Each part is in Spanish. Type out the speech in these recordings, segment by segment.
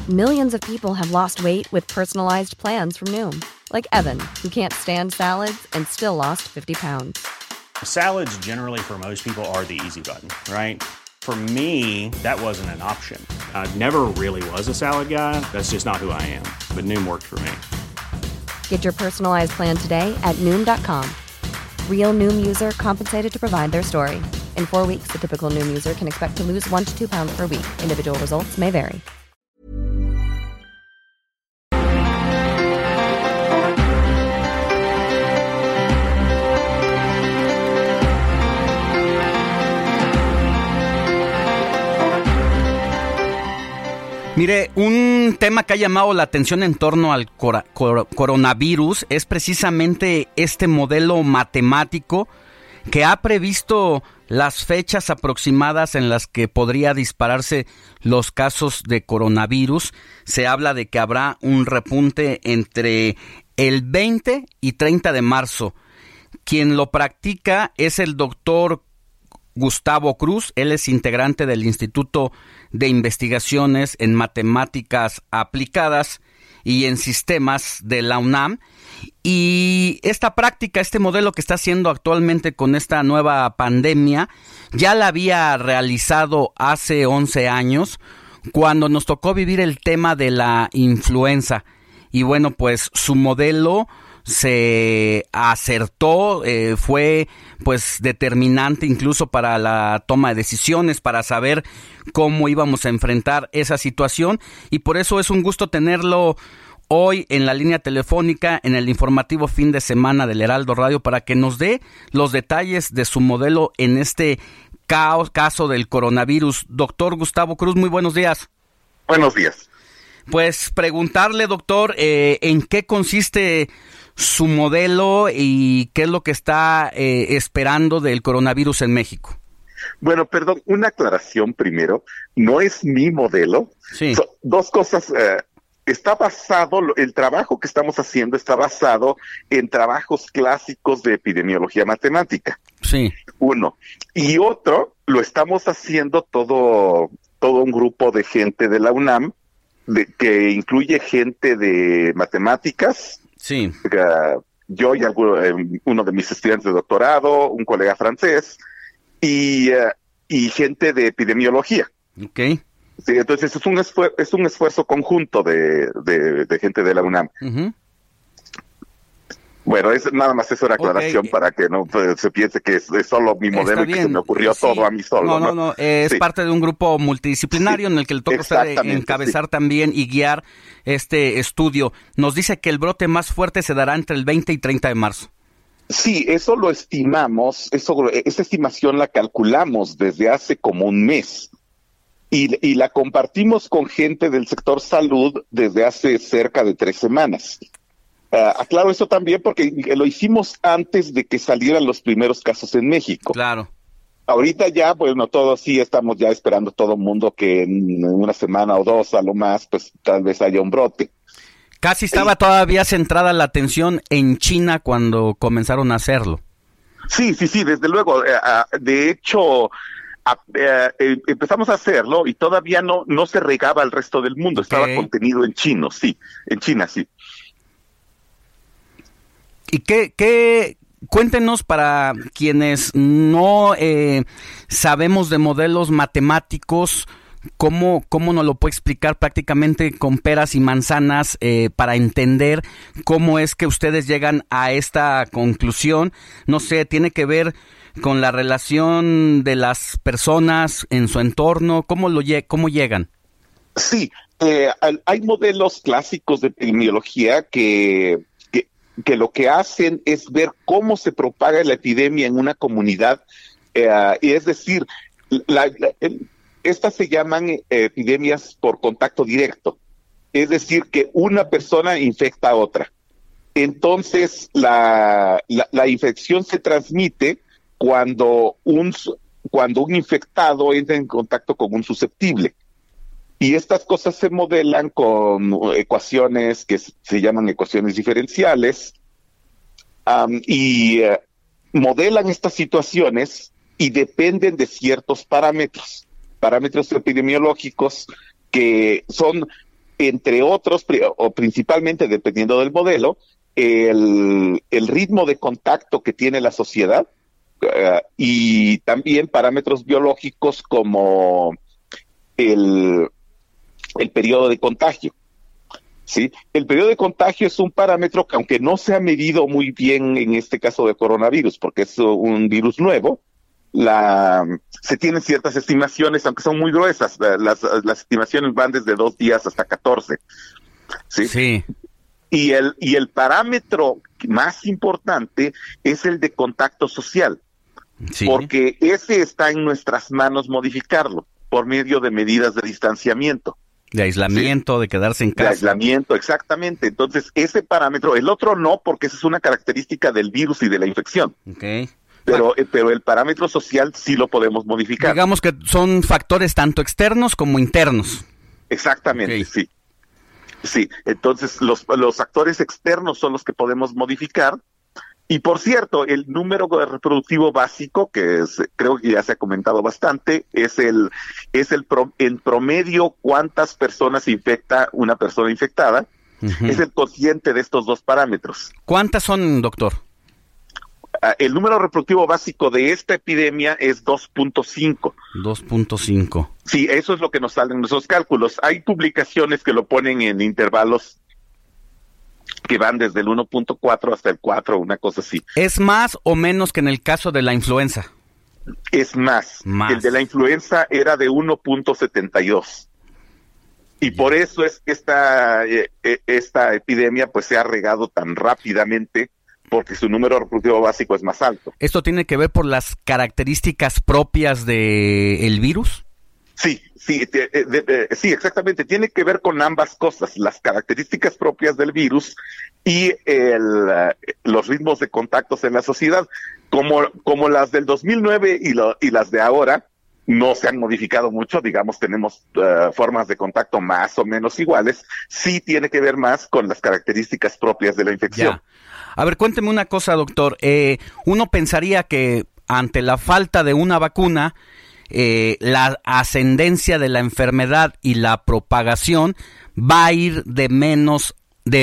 Millions of people have lost weight with personalized plans from Noom. Like Evan, who can't stand salads and still lost 50 pounds. Salads generally for most people are the easy button, right? For me, that wasn't an option. I never really was a salad guy. That's just not who I am. But Noom worked for me. Get your personalized plan today at Noom.com. Real Noom user compensated to provide their story. In 4 weeks, the typical Noom user can expect to lose 1 to 2 pounds per week. Individual results may vary. Mire, un tema que ha llamado la atención en torno al coronavirus es precisamente este modelo matemático que ha previsto las fechas aproximadas en las que podría dispararse los casos de coronavirus. Se habla de que habrá un repunte entre el 20 y 30 de marzo. Quien lo practica es el doctor Gustavo Cruz. Él es integrante del Instituto de Investigaciones en Matemáticas Aplicadas y en Sistemas de la UNAM. Y esta práctica, este modelo que está haciendo actualmente con esta nueva pandemia, ya la había realizado hace 11 años, cuando nos tocó vivir el tema de la influenza. Y bueno, pues su modelo se acertó, fue pues determinante incluso para la toma de decisiones, para saber cómo íbamos a enfrentar esa situación, y por eso es un gusto tenerlo hoy en la línea telefónica en el informativo fin de semana del Heraldo Radio para que nos dé los detalles de su modelo en este caso del coronavirus. Doctor Gustavo Cruz, muy buenos días. Buenos días. Pues preguntarle, doctor, ¿en qué consiste su modelo y qué es lo que está esperando del coronavirus en México? Bueno, perdón, una aclaración primero. No es mi modelo. Sí. Dos cosas. Está basado, el trabajo que estamos haciendo está basado en trabajos clásicos de epidemiología matemática. Sí. Uno. Y otro, lo estamos haciendo todo un grupo de gente de la UNAM, que incluye gente de matemáticas. Sí. Yo y uno de mis estudiantes de doctorado, un colega francés, y gente de epidemiología. Okay. Sí, entonces es un esfuerzo conjunto de gente de la UNAM. Uh-huh. Bueno, nada más es una aclaración para que no se piense que es solo mi modelo y que se me ocurrió todo a mí solo. No, es parte de un grupo multidisciplinario en el que le toca a usted encabezar también y guiar este estudio. Nos dice que el brote más fuerte se dará entre el 20 y 30 de marzo. Sí, eso lo estimamos, esa estimación la calculamos desde hace como un mes. Y la compartimos con gente del sector salud desde hace cerca de 3 semanas. Aclaro eso también porque lo hicimos antes de que salieran los primeros casos en México. Claro. Ahorita ya, bueno, todos sí estamos ya esperando todo el mundo que en una semana o 2 a lo más, pues tal vez haya un brote. Casi estaba todavía centrada la atención en China cuando comenzaron a hacerlo. Sí, desde luego. De hecho, empezamos a hacerlo y todavía no se regaba al resto del mundo. Estaba contenido en China, sí. ¿Y qué cuéntenos, para quienes no sabemos de modelos matemáticos, cómo nos lo puede explicar prácticamente con peras y manzanas para entender cómo es que ustedes llegan a esta conclusión? No sé, ¿tiene que ver con la relación de las personas en su entorno? ¿Cómo llegan? Sí, hay modelos clásicos de epidemiología que lo que hacen es ver cómo se propaga la epidemia en una comunidad, y es decir, estas se llaman epidemias por contacto directo, es decir, que una persona infecta a otra. Entonces, la infección se transmite cuando un infectado entra en contacto con un susceptible. Y estas cosas se modelan con ecuaciones que se llaman ecuaciones diferenciales, y modelan estas situaciones y dependen de ciertos parámetros epidemiológicos que son entre otros, o principalmente dependiendo del modelo, el ritmo de contacto que tiene la sociedad, y también parámetros biológicos como el periodo de contagio. ¿Sí? El periodo de contagio es un parámetro que, aunque no se ha medido muy bien en este caso de coronavirus, porque es un virus nuevo, se tienen ciertas estimaciones, aunque son muy gruesas. Las estimaciones van desde 2 días hasta 14. ¿Sí? Sí. Y el parámetro más importante es el de contacto social, Sí. porque ese está en nuestras manos modificarlo por medio de medidas de distanciamiento. De aislamiento, sí, de quedarse en casa. De aislamiento, exactamente. Entonces, ese parámetro, el otro no, porque esa es una característica del virus y de la infección. Okay. Pero el parámetro social sí lo podemos modificar. Digamos que son factores tanto externos como internos. Exactamente, okay. Sí. Sí, entonces los factores externos son los que podemos modificar. Y por cierto, el número reproductivo básico, creo que ya se ha comentado bastante, es en promedio cuántas personas infecta una persona infectada. Uh-huh. Es el cociente de estos dos parámetros. ¿Cuántas son, doctor? El número reproductivo básico de esta epidemia es 2.5. 2.5. Sí, eso es lo que nos salen nuestros cálculos. Hay publicaciones que lo ponen en intervalos que van desde el 1.4 hasta el 4, una cosa así. ¿Es más o menos que en el caso de la influenza? Es más. El de la influenza era de 1.72. Y por eso es que esta epidemia pues se ha regado tan rápidamente, porque su número reproductivo básico es más alto. ¿Esto tiene que ver por las características propias del virus? Sí, sí, exactamente. Tiene que ver con ambas cosas, las características propias del virus y los ritmos de contactos en la sociedad. Como las del 2009 y las de ahora no se han modificado mucho, digamos, tenemos formas de contacto más o menos iguales, sí tiene que ver más con las características propias de la infección. Ya. A ver, cuénteme una cosa, doctor. Uno pensaría que ante la falta de una vacuna, la ascendencia de la enfermedad y la propagación va a ir de menos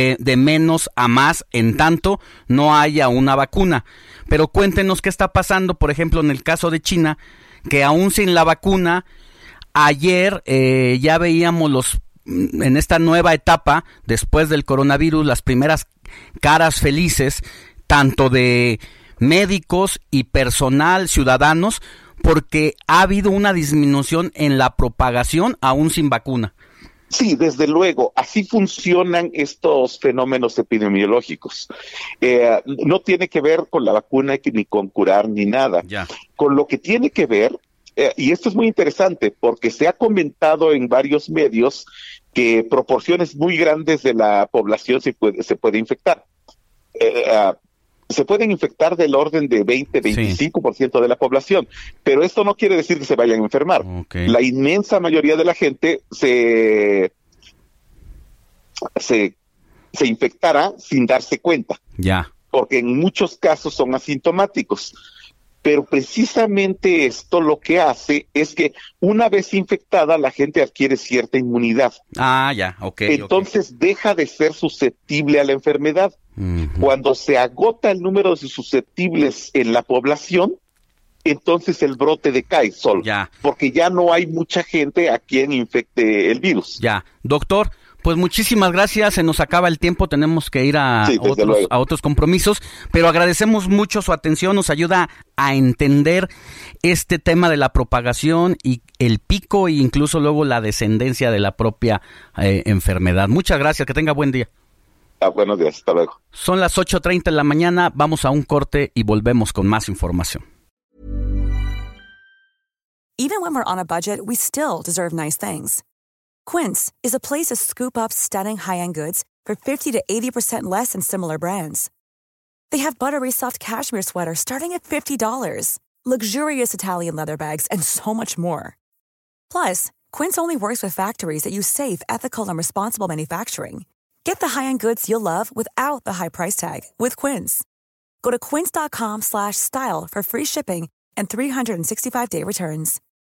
a más en tanto no haya una vacuna. Pero cuéntenos qué está pasando, por ejemplo, en el caso de China, que aún sin la vacuna, ayer ya veíamos en esta nueva etapa, después del coronavirus, las primeras caras felices, tanto de médicos y personal, ciudadanos, porque ha habido una disminución en la propagación aún sin vacuna. Sí, desde luego, así funcionan estos fenómenos epidemiológicos. No tiene que ver con la vacuna ni con curar ni nada. Ya. Con lo que tiene que ver, y esto es muy interesante, porque se ha comentado en varios medios que proporciones muy grandes de la población se puede infectar. Se pueden infectar del orden de 20-25% de la población, pero esto no quiere decir que se vayan a enfermar. Okay. La inmensa mayoría de la gente se infectará sin darse cuenta. Ya. Porque en muchos casos son asintomáticos. Pero precisamente esto lo que hace es que una vez infectada la gente adquiere cierta inmunidad. Ah, ya, ok. Entonces deja de ser susceptible a la enfermedad. Uh-huh. Cuando se agota el número de susceptibles en la población, entonces el brote decae solo. Ya. Porque ya no hay mucha gente a quien infecte el virus. Ya. Doctor, pues muchísimas gracias, se nos acaba el tiempo, tenemos que ir a otros compromisos, pero agradecemos mucho su atención, nos ayuda a entender este tema de la propagación y el pico e incluso luego la descendencia de la propia enfermedad. Muchas gracias, que tenga buen día. Buenos días, hasta luego. Son las 8:30 de la mañana, vamos a un corte y volvemos con más información. Even when we're on a budget, we still deserve nice things. Quince is a place to scoop up stunning high-end goods for 50 to 80% less than similar brands. They have buttery soft cashmere sweaters starting at $50, luxurious Italian leather bags, and so much more. Plus, Quince only works with factories that use safe, ethical, and responsible manufacturing. Get the high-end goods you'll love without the high price tag with Quince. Go to quince.com/style for free shipping and 365-day returns.